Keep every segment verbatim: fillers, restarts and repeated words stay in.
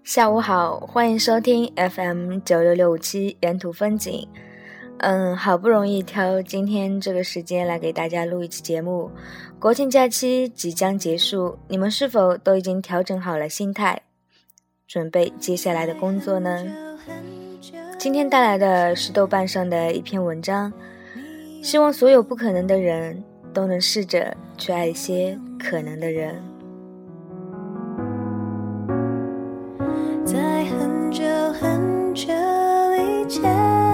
下午好，欢迎收听 F M 九六六五七沿途风景。嗯，好不容易挑今天这个时间来给大家录一期节目。国庆假期即将结束，你们是否都已经调整好了心态，准备接下来的工作呢？今天带来的是豆瓣上的一篇文章，希望所有不可能的人都能试着去爱一些可能的人。 在很久很久以前，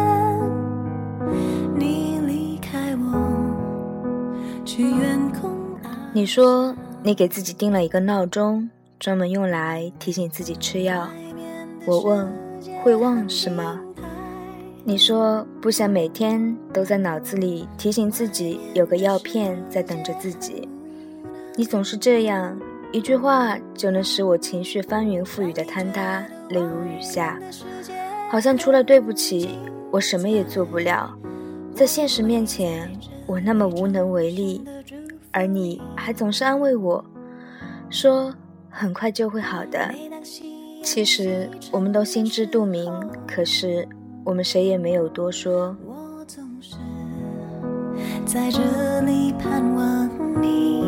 你离开我去远空。 你说你给自己定了一个闹钟，专门用来提醒自己吃药。我问，会忘是吗？你说不想每天都在脑子里提醒自己有个药片在等着自己。你总是这样，一句话就能使我情绪翻云覆雨的坍塌，泪如雨下。好像除了对不起，我什么也做不了。在现实面前，我那么无能为力，而你还总是安慰我，说很快就会好的。其实我们都心知肚明，可是我们谁也没有多说。 我总是在这里盼望你。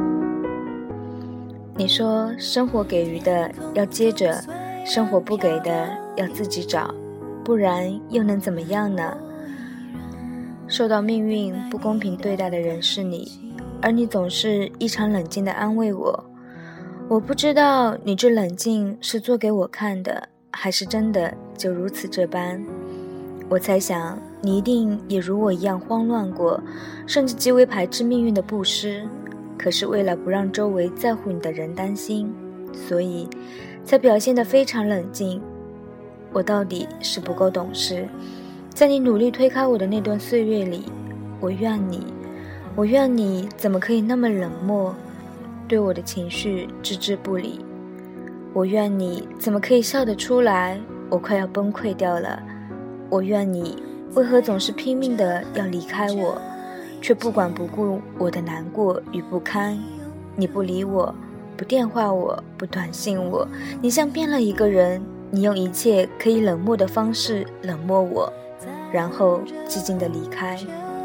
你说生活给予的要接着，生活不给的要自己找，不然又能怎么样呢？受到命运不公平对待的人是你，而你总是异常冷静地安慰我。我不知道你这冷静是做给我看的，还是真的就如此这般。我猜想你一定也如我一样慌乱过，甚至极为排斥命运的布施，可是为了不让周围在乎你的人担心，所以才表现得非常冷静。我到底是不够懂事，在你努力推开我的那段岁月里，我怨你，我怨你怎么可以那么冷漠，对我的情绪置之不理。我怨你怎么可以笑得出来，我快要崩溃掉了。我怨你为何总是拼命的要离开我，却不管不顾我的难过与不堪。你不理我，不电话我，不短信我，你像变了一个人，你用一切可以冷漠的方式冷漠我，然后寂静地离开。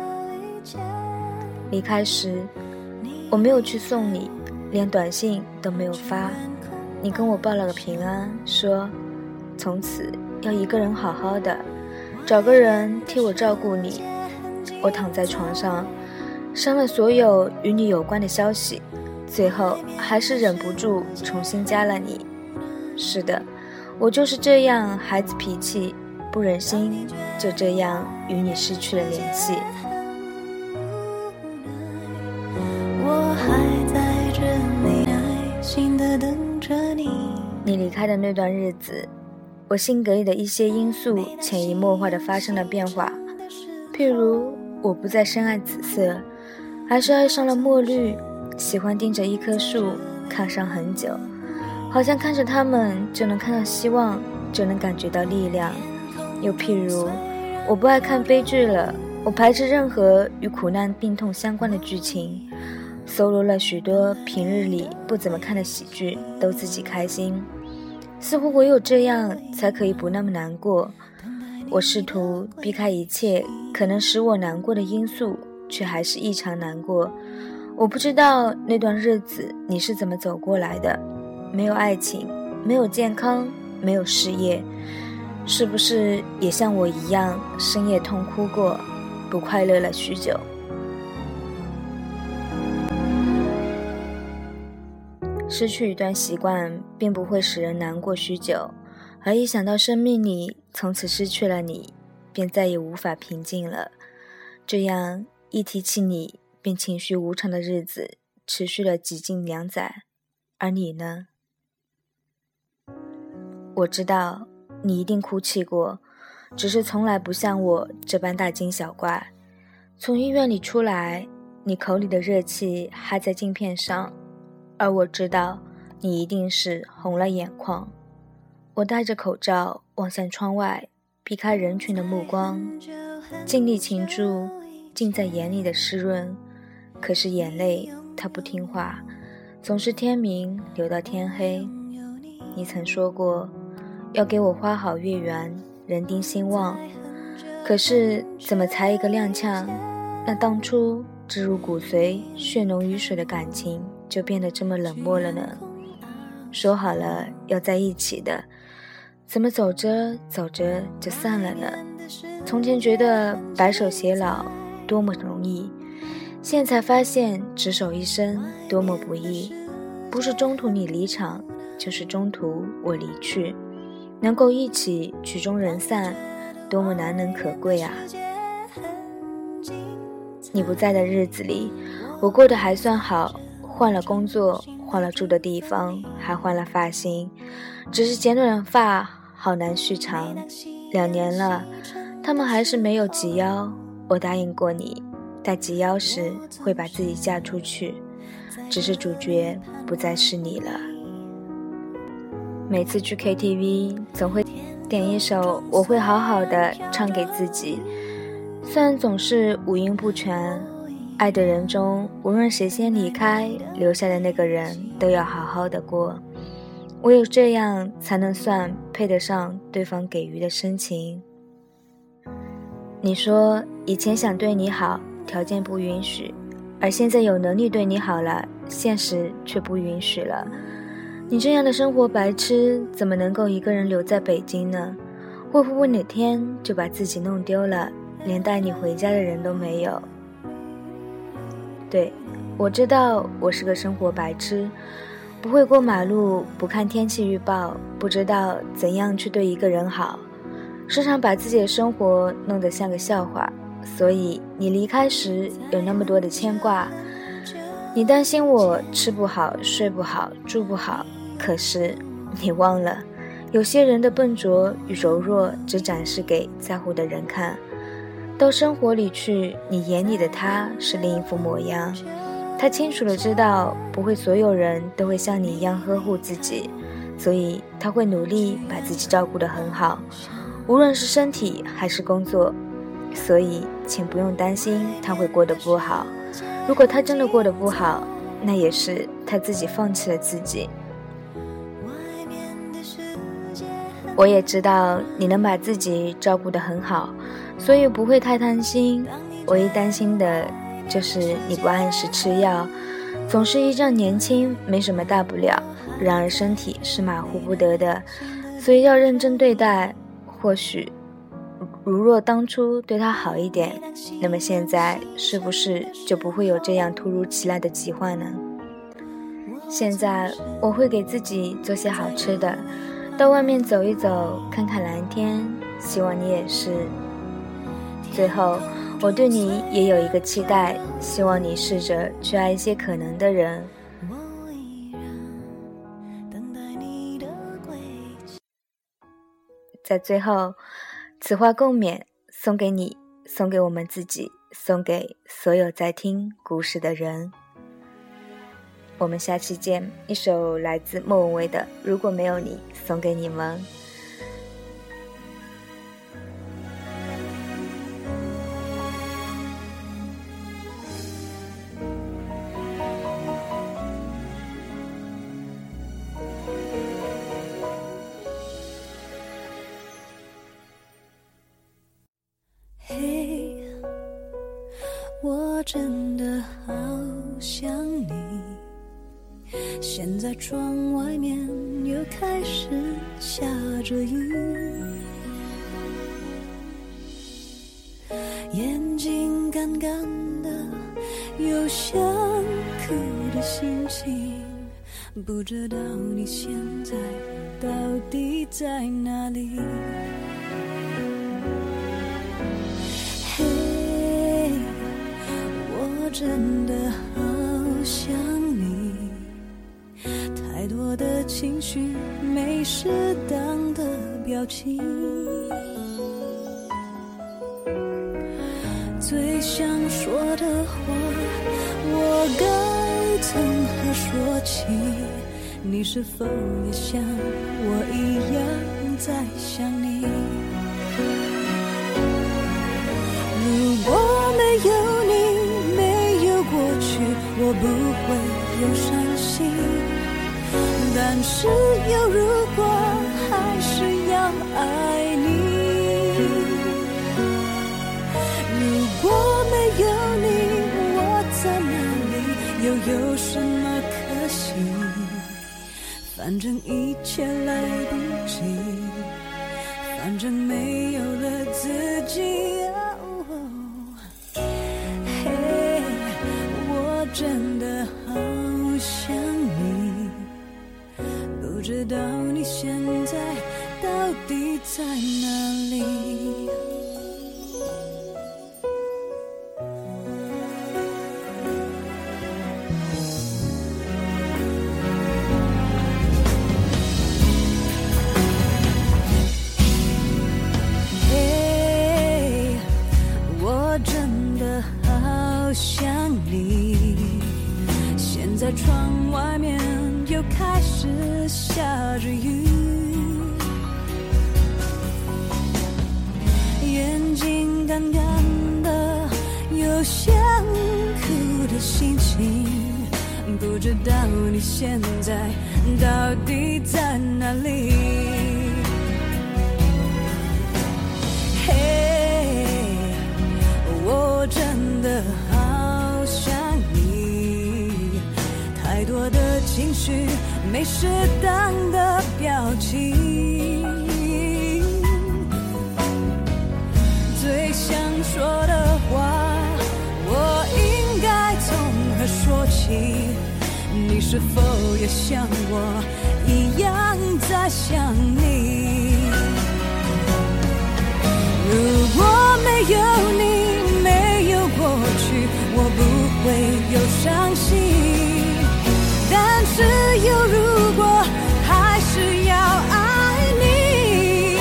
离开时，我没有去送你，连短信都没有发。你跟我报了个平安，说从此要一个人好好的，找个人替我照顾你。我躺在床上，删了所有与你有关的消息，最后还是忍不住重新加了你。是的，我就是这样孩子脾气，不忍心就这样与你失去了联系。 我还在这里耐心地等着你。 你离开的那段日子，我性格里的一些因素潜移默化地发生了变化。譬如我不再深爱紫色，还是爱上了墨绿，喜欢盯着一棵树看上很久，好像看着它们就能看到希望，就能感觉到力量。又譬如我不爱看悲剧了，我排斥任何与苦难病痛相关的剧情，搜罗了许多平日里不怎么看的喜剧，都自己开心。似乎唯有这样才可以不那么难过。我试图避开一切可能使我难过的因素，却还是异常难过。我不知道那段日子你是怎么走过来的，没有爱情，没有健康，没有事业，是不是也像我一样深夜痛哭过，不快乐了许久？失去一段习惯并不会使人难过许久，而一想到生命里从此失去了你，便再也无法平静了。这样一提起你，便情绪无常的日子持续了几近两载。而你呢？我知道你一定哭泣过，只是从来不像我这般大惊小怪。从医院里出来，你口里的热气还在镜片上，而我知道你一定是红了眼眶。我戴着口罩望向窗外，避开人群的目光，尽力倾注尽在眼里的湿润，可是眼泪它不听话，总是天明流到天黑。你曾说过， 要给我花好月圆，人丁兴旺。可是怎么才一个踉跄，那当初植入骨髓血浓于水的感情就变得这么冷漠了呢？说好了要在一起的，怎么走着走着就散了呢？从前觉得白首偕老多么容易，现在才发现执手一生多么不易。不是中途你离场，就是中途我离去，能够一起曲终人散，多么难能可贵啊！你不在的日子里，我过得还算好，换了工作，换了住的地方，还换了发型，只是剪短发好难续长。两年了，他们还是没有及腰。我答应过你，待及腰时会把自己嫁出去，只是主角不再是你了。每次去 K T V 总会点一首我会好好的唱给自己，虽然总是五音不全，爱的人中无论谁先离开，留下的那个人都要好好的过，唯有这样才能算配得上对方给予的深情。你说以前想对你好，条件不允许，而现在有能力对你好了，现实却不允许了。你这样的生活白痴，怎么能够一个人留在北京呢？会不会哪天就把自己弄丢了，连带你回家的人都没有？对，我知道我是个生活白痴，不会过马路，不看天气预报，不知道怎样去对一个人好，时常把自己的生活弄得像个笑话，所以你离开时有那么多的牵挂。你担心我吃不好，睡不好，住不好，可是你忘了，有些人的笨拙与柔弱只展示给在乎的人看，到生活里去，你眼里的他是另一副模样。他清楚地知道不会所有人都会像你一样呵护自己，所以他会努力把自己照顾得很好，无论是身体还是工作。所以请不用担心他会过得不好，如果他真的过得不好，那也是他自己放弃了自己。我也知道你能把自己照顾得很好，所以不会太担心，唯一担心的就是你不按时吃药，总是依仗年轻没什么大不了，然而身体是马虎不得的，所以要认真对待。或许如若当初对他好一点，那么现在是不是就不会有这样突如其来的计划呢？现在我会给自己做些好吃的，到外面走一走，看看蓝天，希望你也是。最后我对你也有一个期待，希望你试着去爱一些可能的人。在最后，此话共勉，送给你，送给我们自己，送给所有在听故事的人。我们下期见，一首来自莫文蔚的《如果没有你》送给你们。 嘿，我真的好想你，现在窗外面又开始下着雨，眼睛干干的，有想哭的心情，不知道你现在到底在哪里。嘿，我真的好想你，太多的情绪没适当的表情，最想说的话我该从何说起，你是否也像我一样在想你？如果没有你，没有过去，我不会有伤心，但是有如果还是有正一切来不及，反正没有了自己。嘿，我真的好想你，不知道你现在到底在哪里。在窗外面又开始下着雨，眼睛干干的，有想哭的心情，不知道你现在到底在哪里。嘿，我真的好想你，太多的情绪，没适当的表情，最想说的话，我应该从何说起？你是否也像我一样在想你？如果没有你，没有过去，我不会有伤心。但是有如果，还是要爱你。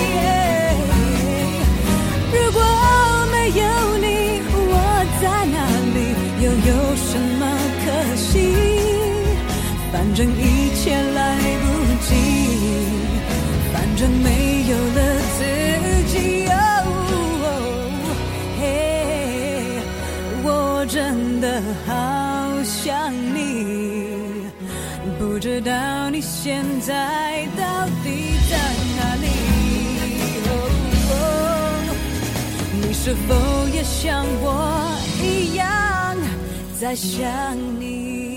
如果没有你，我在哪里？又有什么可惜？反正一切来不及，反正没有了自己。嘿，我真的好想你，不知道你现在到底在哪里？哦，你是否也像我一样在想你？